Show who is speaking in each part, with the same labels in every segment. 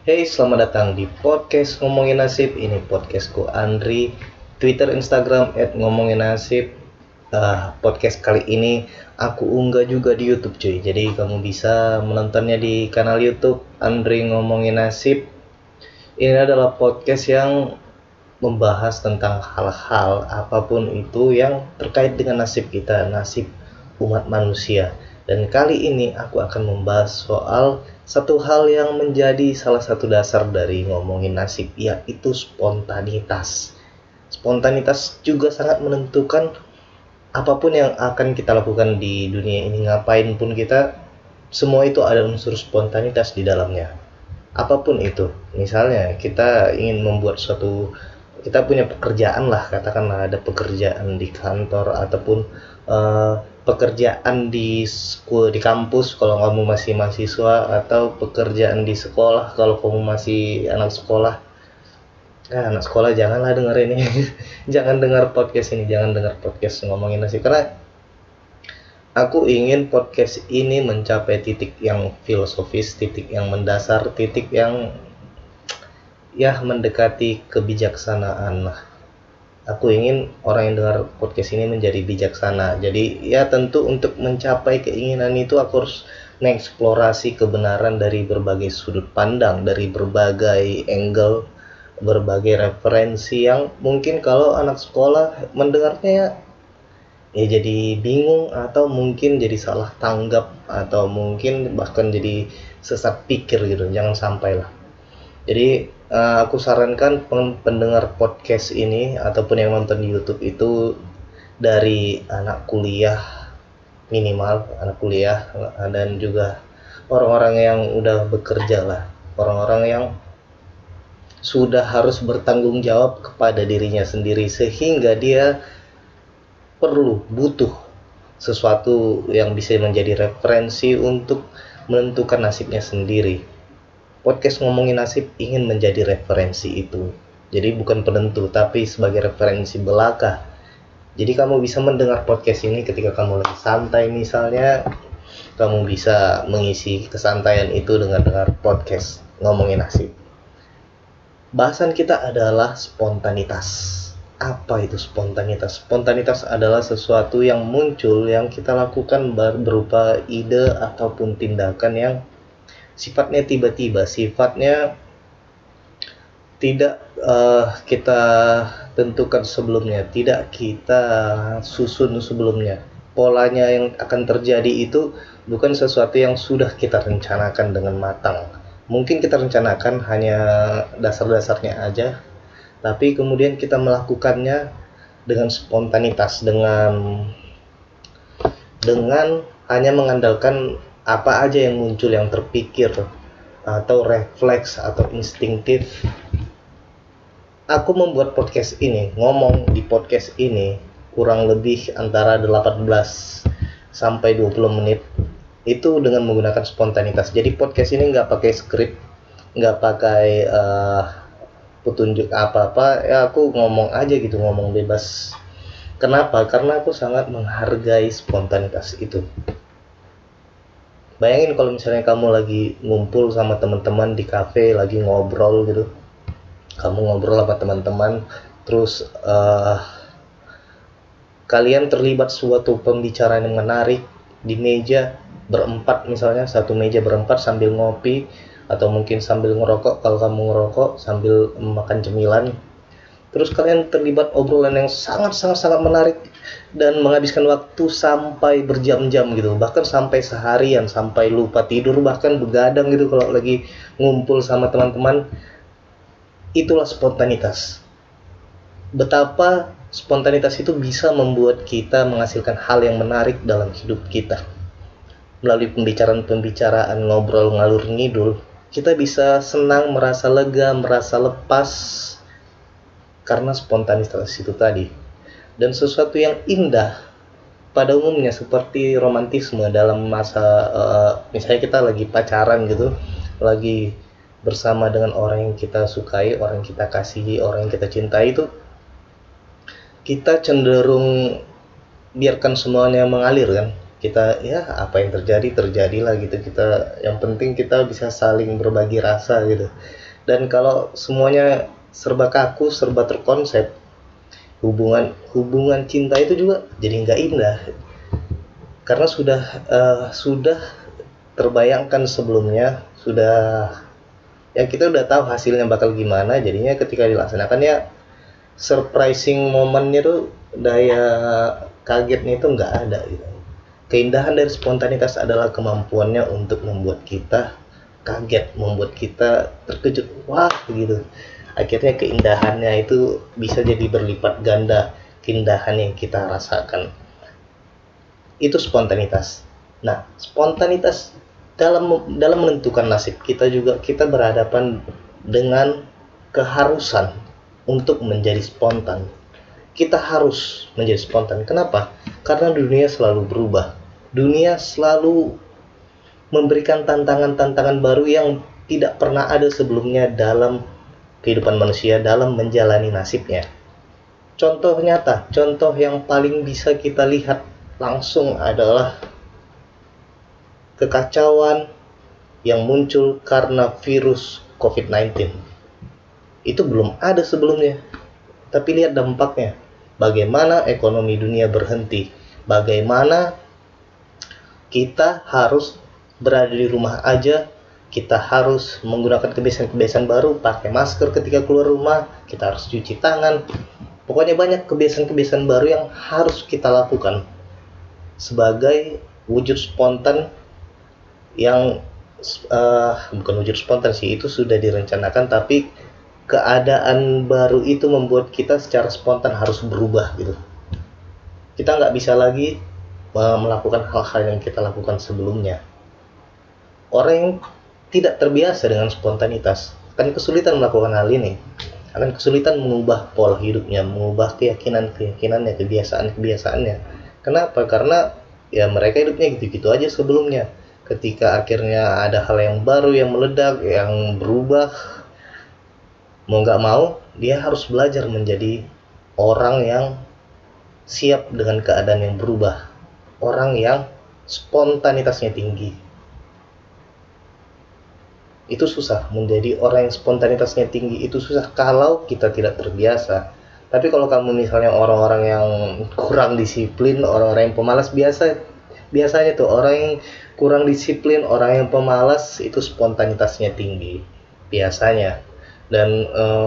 Speaker 1: Hey, selamat datang di podcast Ngomongin Nasib. Ini podcastku Andri, Twitter, Instagram @ngomonginnasib. Podcast kali ini aku unggah juga di YouTube, cuy. Jadi kamu bisa menontonnya di kanal YouTube Andri Ngomongin Nasib. Ini adalah podcast yang membahas tentang hal-hal apapun itu yang terkait dengan nasib kita, nasib umat manusia. Dan kali ini aku akan membahas soal satu hal yang menjadi salah satu dasar dari ngomongin nasib, yaitu spontanitas. Spontanitas juga sangat menentukan apapun yang akan kita lakukan di dunia ini, ngapain pun kita, semua itu ada unsur spontanitas di dalamnya. Apapun itu, misalnya kita ingin membuat suatu, kita punya pekerjaan lah, katakanlah ada pekerjaan di kantor ataupun pekerjaan di kampus kalau kamu masih mahasiswa, atau pekerjaan di sekolah kalau kamu masih anak sekolah. Anak sekolah janganlah denger ini. Jangan dengar podcast ini, jangan dengar podcast ngomongin nasi, karena aku ingin podcast ini mencapai titik yang filosofis, titik yang mendasar, titik yang ya mendekati kebijaksanaan lah. Aku ingin orang yang dengar podcast ini menjadi bijaksana. Jadi ya tentu untuk mencapai keinginan itu aku harus mengeksplorasi kebenaran dari berbagai sudut pandang, dari berbagai angle, berbagai referensi yang mungkin kalau anak sekolah mendengarnya ya jadi bingung, atau mungkin jadi salah tanggap, atau mungkin bahkan jadi sesat pikir gitu. Jangan sampai lah. Jadi aku sarankan pendengar podcast ini ataupun yang nonton di YouTube itu dari anak kuliah, minimal anak kuliah, dan juga orang-orang yang udah bekerja lah, orang-orang yang sudah harus bertanggung jawab kepada dirinya sendiri, sehingga dia butuh sesuatu yang bisa menjadi referensi untuk menentukan nasibnya sendiri. Podcast ngomongin nasib ingin menjadi referensi itu. Jadi bukan penentu, tapi sebagai referensi belaka. Jadi kamu bisa mendengar podcast ini ketika kamu lagi santai misalnya, kamu bisa mengisi kesantaian itu dengan dengar podcast ngomongin nasib. Bahasan kita adalah spontanitas. Apa itu spontanitas? Spontanitas adalah sesuatu yang muncul, yang kita lakukan berupa ide ataupun tindakan yang sifatnya tiba-tiba, sifatnya tidak kita tentukan sebelumnya, tidak kita susun sebelumnya. Polanya yang akan terjadi itu bukan sesuatu yang sudah kita rencanakan dengan matang. Mungkin kita rencanakan hanya dasar-dasarnya aja, tapi kemudian kita melakukannya dengan spontanitas, dengan hanya mengandalkan apa aja yang muncul, yang terpikir atau refleks atau instinktif. Aku membuat podcast ini, ngomong di podcast ini kurang lebih antara 18 sampai 20 menit itu dengan menggunakan spontanitas. Jadi podcast ini nggak pakai skrip, nggak pakai petunjuk apa-apa, ya aku ngomong aja gitu, ngomong bebas. Kenapa? Karena aku sangat menghargai spontanitas itu. Bayangin kalau misalnya kamu lagi ngumpul sama teman-teman di kafe, lagi ngobrol gitu. Kamu ngobrol sama teman-teman, terus kalian terlibat suatu pembicaraan yang menarik di meja berempat, misalnya satu meja berempat sambil ngopi, atau mungkin sambil ngerokok kalau kamu ngerokok, sambil makan cemilan. Terus kalian terlibat obrolan yang sangat menarik dan menghabiskan waktu sampai berjam-jam gitu, bahkan sampai seharian, sampai lupa tidur, bahkan begadang gitu kalau lagi ngumpul sama teman-teman. Itulah spontanitas. Betapa spontanitas itu bisa membuat kita menghasilkan hal yang menarik dalam hidup kita. Melalui pembicaraan, ngobrol ngalur ngidul, kita bisa senang, merasa lega, merasa lepas karena spontanitas itu tadi. Dan sesuatu yang indah pada umumnya seperti romantisme dalam masa misalnya kita lagi pacaran gitu, lagi bersama dengan orang yang kita sukai, orang yang kita kasihi, orang yang kita cintai, itu kita cenderung biarkan semuanya mengalir kan. Kita ya apa yang terjadilah gitu, kita yang penting kita bisa saling berbagi rasa gitu. Dan kalau semuanya serba kaku, serba terkonsep, hubungan hubungan cinta itu juga jadi nggak indah, karena sudah terbayangkan sebelumnya, sudah ya kita udah tahu hasilnya bakal gimana, jadinya ketika dilaksanakan ya surprising momennya tuh, daya kagetnya itu nggak ada gitu. Keindahan dari spontanitas adalah kemampuannya untuk membuat kita kaget, membuat kita terkejut, wah gitu. Akhirnya keindahannya itu bisa jadi berlipat ganda, keindahan yang kita rasakan. Itu spontanitas. Nah, spontanitas dalam menentukan nasib kita juga, kita berhadapan dengan keharusan untuk menjadi spontan. Kita harus menjadi spontan. Kenapa? Karena dunia selalu berubah. Dunia selalu memberikan tantangan-tantangan baru yang tidak pernah ada sebelumnya dalam kehidupan manusia dalam menjalani nasibnya. Contoh nyata, contoh yang paling bisa kita lihat langsung adalah kekacauan yang muncul karena virus COVID-19. Itu belum ada sebelumnya. Tapi lihat dampaknya. Bagaimana ekonomi dunia berhenti. Bagaimana kita harus berada di rumah aja, kita harus menggunakan kebiasaan-kebiasaan baru, pakai masker ketika keluar rumah, kita harus cuci tangan. Pokoknya banyak kebiasaan-kebiasaan baru yang harus kita lakukan sebagai wujud spontan yang bukan wujud spontan sih, itu sudah direncanakan, tapi keadaan baru itu membuat kita secara spontan harus berubah gitu. Kita nggak bisa lagi melakukan hal-hal yang kita lakukan sebelumnya. Orang yang tidak terbiasa dengan spontanitas akan kesulitan melakukan hal ini, akan kesulitan mengubah pola hidupnya, mengubah keyakinan-keyakinannya, kebiasaan-kebiasaannya. Kenapa? Karena ya mereka hidupnya gitu-gitu aja sebelumnya. Ketika akhirnya ada hal yang baru yang meledak, yang berubah, mau nggak mau dia harus belajar menjadi orang yang siap dengan keadaan yang berubah, orang yang spontanitasnya tinggi. Itu susah, menjadi orang yang spontanitasnya tinggi itu susah kalau kita tidak terbiasa. Tapi kalau kamu misalnya orang-orang yang kurang disiplin, orang-orang yang pemalas, biasanya tuh orang yang kurang disiplin, orang yang pemalas itu spontanitasnya tinggi biasanya. Dan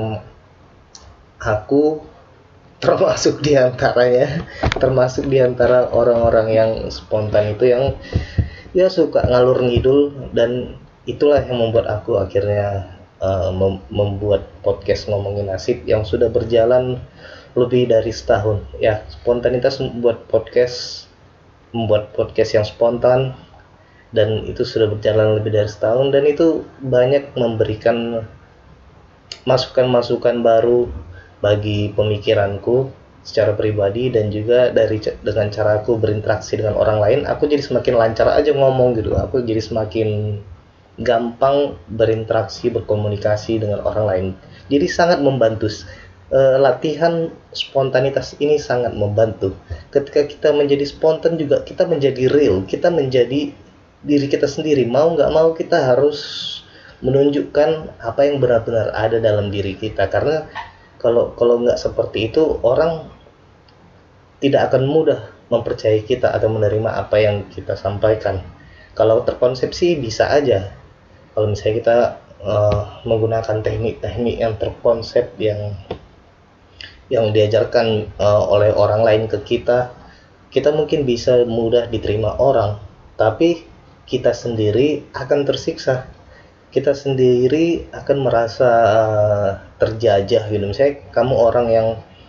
Speaker 1: aku termasuk diantaranya, termasuk diantara orang-orang yang spontan itu, yang ya suka ngalur ngidul. Dan itulah yang membuat aku akhirnya membuat podcast Ngomongin Nasib yang sudah berjalan lebih dari setahun. Ya, spontanitas membuat podcast yang spontan, dan itu sudah berjalan lebih dari setahun, dan itu banyak memberikan masukan-masukan baru bagi pemikiranku secara pribadi, dan juga dengan cara aku berinteraksi dengan orang lain, aku jadi semakin lancar aja ngomong gitu. Aku jadi semakin gampang berinteraksi, berkomunikasi dengan orang lain. Jadi sangat membantu. Latihan spontanitas ini sangat membantu. Ketika kita menjadi spontan juga kita menjadi real, kita menjadi diri kita sendiri. Mau nggak mau kita harus menunjukkan apa yang benar-benar ada dalam diri kita. Karena kalau nggak seperti itu, orang tidak akan mudah mempercayai kita atau menerima apa yang kita sampaikan. Kalau terkonsepsi bisa aja. Kalau misalnya kita menggunakan teknik-teknik yang terkonsep, yang diajarkan oleh orang lain ke kita mungkin bisa mudah diterima orang, tapi kita sendiri akan tersiksa. Kita sendiri akan merasa terjajah gitu. Misalnya kamu orang yang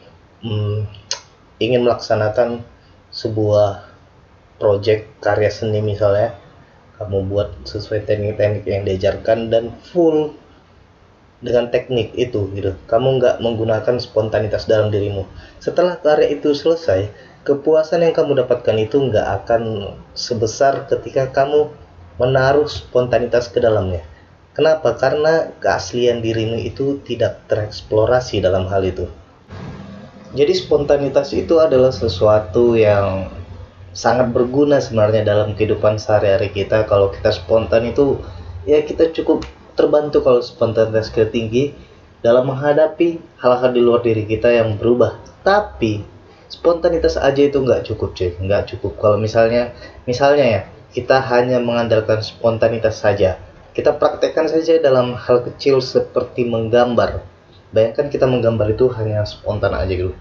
Speaker 1: ingin melaksanakan sebuah project karya seni misalnya, kamu buat sesuai teknik-teknik yang diajarkan dan full dengan teknik itu gitu. Kamu nggak menggunakan spontanitas dalam dirimu. Setelah karya itu selesai, kepuasan yang kamu dapatkan itu nggak akan sebesar ketika kamu menaruh spontanitas ke dalamnya. Kenapa? Karena keaslian dirimu itu tidak tereksplorasi dalam hal itu. Jadi spontanitas itu adalah sesuatu yang sangat berguna sebenarnya dalam kehidupan sehari-hari kita. Kalau kita spontan itu ya kita cukup terbantu kalau spontanitas kita tinggi dalam menghadapi hal-hal di luar diri kita yang berubah. Tapi spontanitas aja itu nggak cukup cuy, nggak cukup. Kalau misalnya ya kita hanya mengandalkan spontanitas saja, kita praktekkan saja dalam hal kecil seperti menggambar. Bayangkan kita menggambar itu hanya spontan aja gitu.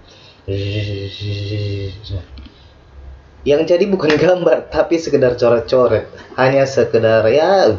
Speaker 1: Yang jadi bukan gambar tapi sekedar coret-coret, hanya sekedar ya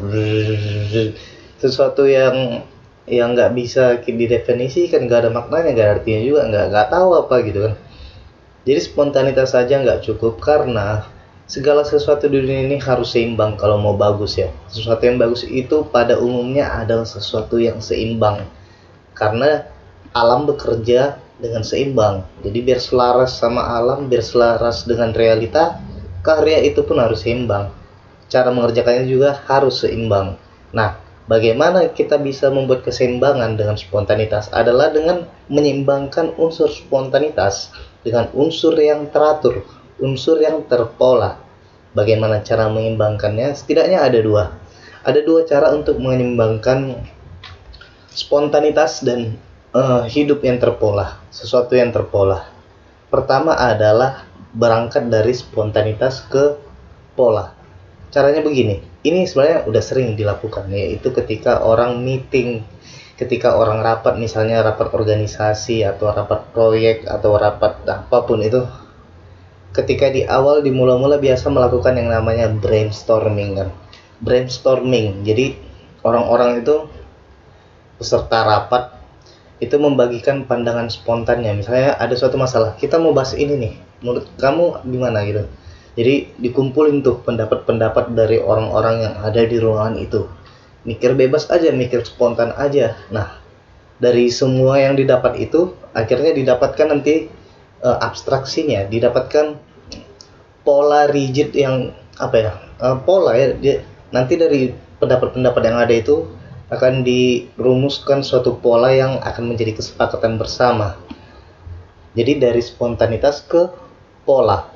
Speaker 1: sesuatu yang nggak bisa didefinisikan, nggak ada maknanya, nggak ada artinya juga, nggak tahu apa gitu kan. Jadi spontanitas saja nggak cukup, karena segala sesuatu di dunia ini harus seimbang kalau mau bagus ya. Sesuatu yang bagus itu pada umumnya adalah sesuatu yang seimbang, karena alam bekerja dengan seimbang. Jadi biar selaras sama alam, biar selaras dengan realita, karya itu pun harus seimbang. Cara mengerjakannya juga harus seimbang. Nah, bagaimana kita bisa membuat keseimbangan dengan spontanitas adalah dengan menyeimbangkan unsur spontanitas dengan unsur yang teratur, unsur yang terpola. Bagaimana cara mengimbangkannya? Setidaknya ada dua. Ada dua cara untuk menyeimbangkan spontanitas dan hidup yang terpola, sesuatu yang terpola. Pertama adalah berangkat dari spontanitas ke pola. Caranya begini, ini sebenarnya udah sering dilakukan, yaitu ketika orang meeting, ketika orang rapat, misalnya rapat organisasi atau rapat proyek atau rapat apapun itu. Ketika di awal, di mula-mula biasa melakukan yang namanya brainstorming kan. Brainstorming, jadi orang-orang itu peserta rapat itu membagikan pandangan spontannya. Misalnya ada suatu masalah, kita mau bahas ini nih, menurut kamu gimana gitu. Jadi dikumpulin tuh pendapat-pendapat dari orang-orang yang ada di ruangan itu. Mikir bebas aja, mikir spontan aja. Nah, dari semua yang didapat itu akhirnya didapatkan nanti abstraksinya, didapatkan pola rigid yang pola ya. Nanti dari pendapat-pendapat yang ada itu akan dirumuskan suatu pola yang akan menjadi kesepakatan bersama. Jadi dari spontanitas ke pola.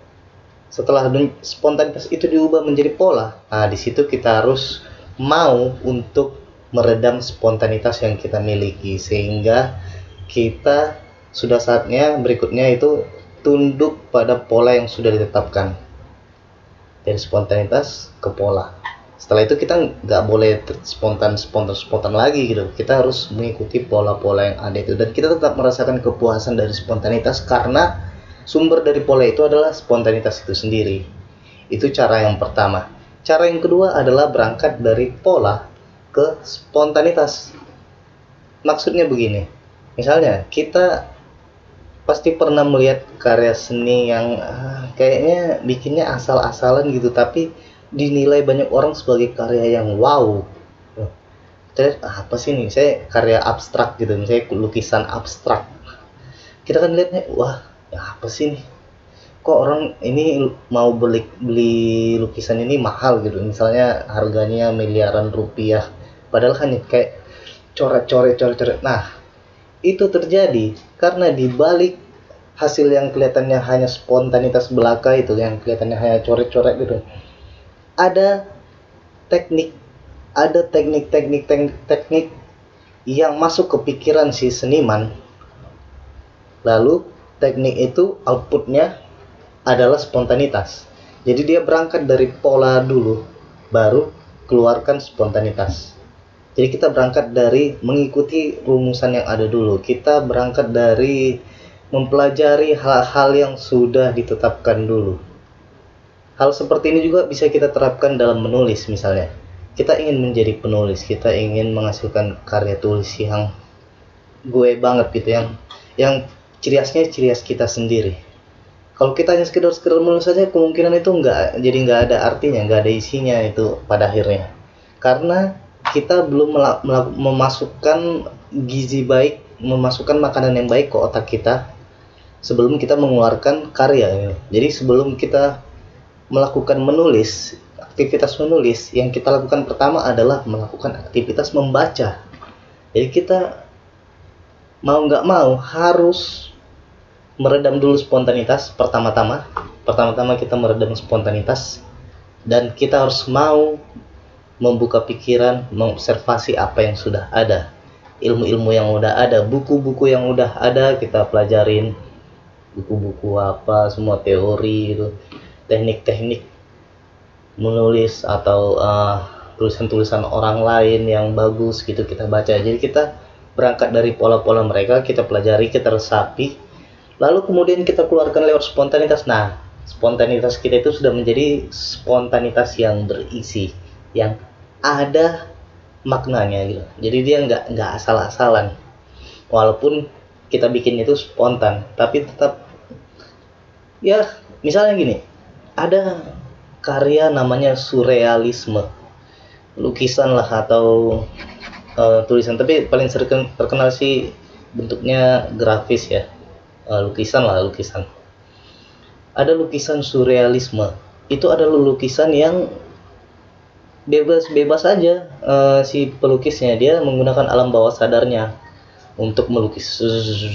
Speaker 1: Setelah spontanitas itu diubah menjadi pola, nah di situ kita harus mau untuk meredam spontanitas yang kita miliki, sehingga kita sudah saatnya berikutnya itu tunduk pada pola yang sudah ditetapkan. Dari spontanitas ke pola. Setelah itu kita nggak boleh spontan lagi gitu. Kita harus mengikuti pola-pola yang ada itu, dan kita tetap merasakan kepuasan dari spontanitas karena sumber dari pola itu adalah spontanitas itu sendiri. Itu cara yang pertama. Cara yang kedua adalah berangkat dari pola ke spontanitas. Maksudnya begini. Misalnya kita pasti pernah melihat karya seni yang kayaknya bikinnya asal-asalan gitu, tapi dinilai banyak orang sebagai karya yang wow. Terus apa sih ini? Saya karya abstrak gitu, misalnya lukisan abstrak. Kita kan lihatnya, wah, ya apa sih nih? Kok orang ini mau beli lukisan ini mahal gitu? Misalnya harganya miliaran rupiah. Padahal hanya kayak coret-coret. Nah, itu terjadi karena di balik hasil yang kelihatannya hanya spontanitas belaka itu, yang kelihatannya hanya coret-coret gitu, ada teknik yang masuk ke pikiran si seniman. Lalu teknik itu outputnya adalah spontanitas. Jadi dia berangkat dari pola dulu, baru keluarkan spontanitas. Jadi kita berangkat dari mengikuti rumusan yang ada dulu. Kita berangkat dari mempelajari hal-hal yang sudah ditetapkan dulu. Hal seperti ini juga bisa kita terapkan dalam menulis. Misalnya kita ingin menjadi penulis, kita ingin menghasilkan karya tulis yang gue banget gitu, yang ciri khas kita sendiri. Kalau kita hanya sekedar menulis saja, kemungkinan itu nggak ada artinya, nggak ada isinya itu pada akhirnya, karena kita belum memasukkan gizi baik, memasukkan makanan yang baik ke otak kita sebelum kita mengeluarkan karya. Jadi sebelum kita melakukan menulis, aktivitas menulis, yang kita lakukan pertama adalah melakukan aktivitas membaca. Jadi kita mau nggak mau harus meredam dulu spontanitas. Pertama-tama kita meredam spontanitas, dan kita harus mau membuka pikiran, mengobservasi apa yang sudah ada, ilmu-ilmu yang udah ada, buku-buku yang udah ada kita pelajarin, buku-buku apa semua teori gitu, teknik-teknik menulis atau tulisan-tulisan orang lain yang bagus gitu kita baca. Jadi kita berangkat dari pola-pola mereka, kita pelajari, kita resapi, lalu kemudian kita keluarkan lewat spontanitas. Nah, spontanitas kita itu sudah menjadi spontanitas yang berisi, yang ada maknanya gitu. Jadi dia nggak asal-asalan. Walaupun kita bikin itu spontan, tapi tetap ya, misalnya gini, ada karya namanya surrealisme, lukisan lah atau tulisan, tapi paling terkenal sih bentuknya grafis ya, lukisan. Ada lukisan surrealisme, itu adalah lukisan yang bebas aja, si pelukisnya dia menggunakan alam bawah sadarnya untuk melukis,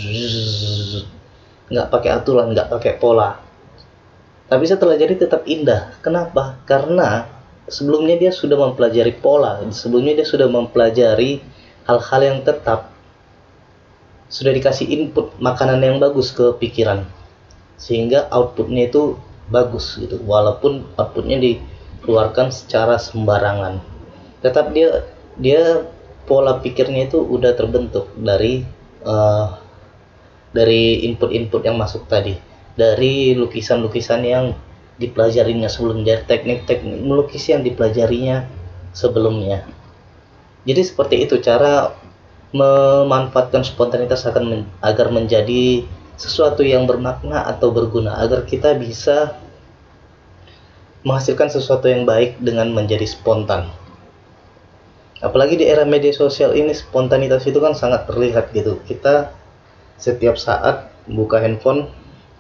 Speaker 1: nggak pakai aturan, nggak pakai pola, tapi setelah jadi tetap indah. Kenapa? Karena sebelumnya dia sudah mempelajari pola, sebelumnya dia sudah mempelajari hal-hal yang tetap, sudah dikasih input makanan yang bagus ke pikiran, sehingga outputnya itu bagus gitu. Walaupun outputnya dikeluarkan secara sembarangan, tetap dia pola pikirnya itu udah terbentuk dari input-input yang masuk tadi, dari lukisan-lukisan yang dipelajarinya sebelumnya, teknik-teknik melukis yang dipelajarinya sebelumnya. Jadi seperti itu cara memanfaatkan spontanitas agar menjadi sesuatu yang bermakna atau berguna, agar kita bisa menghasilkan sesuatu yang baik dengan menjadi spontan. Apalagi di era media sosial ini, spontanitas itu kan sangat terlihat gitu. Kita setiap saat buka handphone,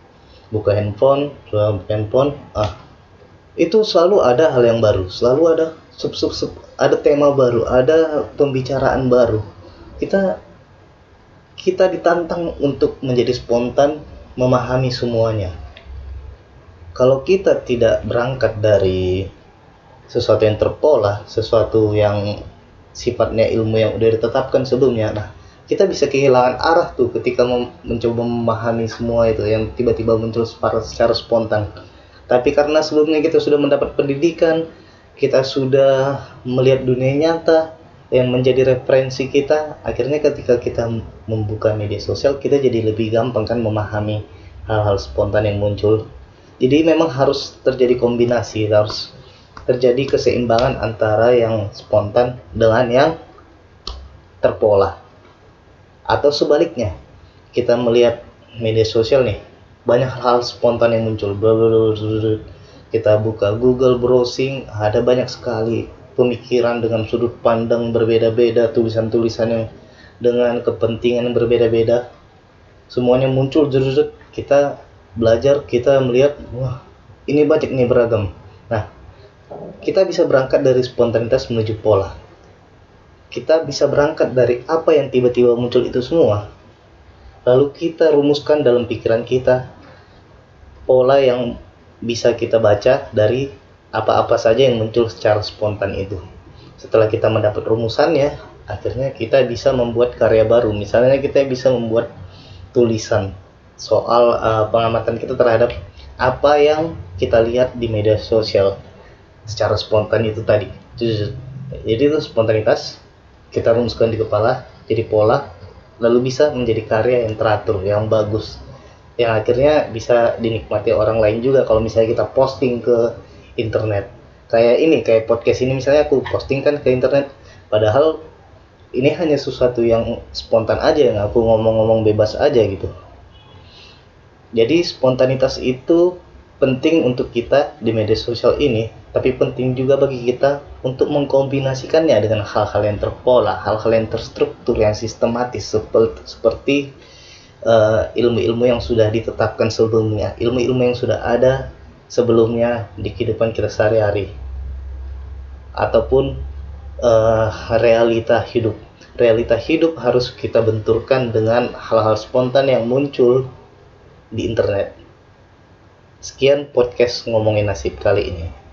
Speaker 1: itu selalu ada hal yang baru, selalu ada ada tema baru, ada pembicaraan baru. Kita ditantang untuk menjadi spontan, memahami semuanya. Kalau kita tidak berangkat dari sesuatu yang terpola, sesuatu yang sifatnya ilmu yang udah ditetapkan sebelumnya, nah kita bisa kehilangan arah tuh ketika mencoba memahami semua itu yang tiba-tiba muncul secara spontan. Tapi karena sebelumnya kita sudah mendapat pendidikan, kita sudah melihat dunia nyata yang menjadi referensi kita, akhirnya ketika kita membuka media sosial, kita jadi lebih gampang kan memahami hal-hal spontan yang muncul. Jadi memang harus terjadi kombinasi, harus terjadi keseimbangan antara yang spontan dengan yang terpola. Atau sebaliknya, kita melihat media sosial nih, banyak hal spontan yang muncul. Kita buka Google browsing, ada banyak sekali pemikiran dengan sudut pandang berbeda-beda, tulisan-tulisan yang dengan kepentingan yang berbeda-beda. Semuanya muncul, kita belajar, kita melihat, wah ini banyak nih, beragam. Nah, kita bisa berangkat dari spontanitas menuju pola. Kita bisa berangkat dari apa yang tiba-tiba muncul itu semua, lalu kita rumuskan dalam pikiran kita pola yang bisa kita baca dari apa-apa saja yang muncul secara spontan itu. Setelah kita mendapat rumusannya, akhirnya kita bisa membuat karya baru. Misalnya kita bisa membuat tulisan soal pengamatan kita terhadap apa yang kita lihat di media sosial secara spontan itu tadi. Jadi itu spontanitas, kita rumuskan di kepala jadi pola, lalu bisa menjadi karya yang teratur, yang bagus, yang akhirnya bisa dinikmati orang lain juga. Kalau misalnya kita posting ke internet, kayak podcast ini misalnya aku posting kan ke internet, padahal ini hanya sesuatu yang spontan aja, yang aku ngomong-ngomong bebas aja gitu. Jadi spontanitas itu penting untuk kita di media sosial ini, tapi penting juga bagi kita untuk mengkombinasikannya dengan hal-hal yang terpola, hal-hal yang terstruktur, yang sistematis, seperti ilmu-ilmu yang sudah ditetapkan sebelumnya, ilmu-ilmu yang sudah ada sebelumnya di kehidupan kita sehari-hari, ataupun realita hidup. Realita hidup harus kita benturkan dengan hal-hal spontan yang muncul di internet. Sekian podcast ngomongin nasib kali ini.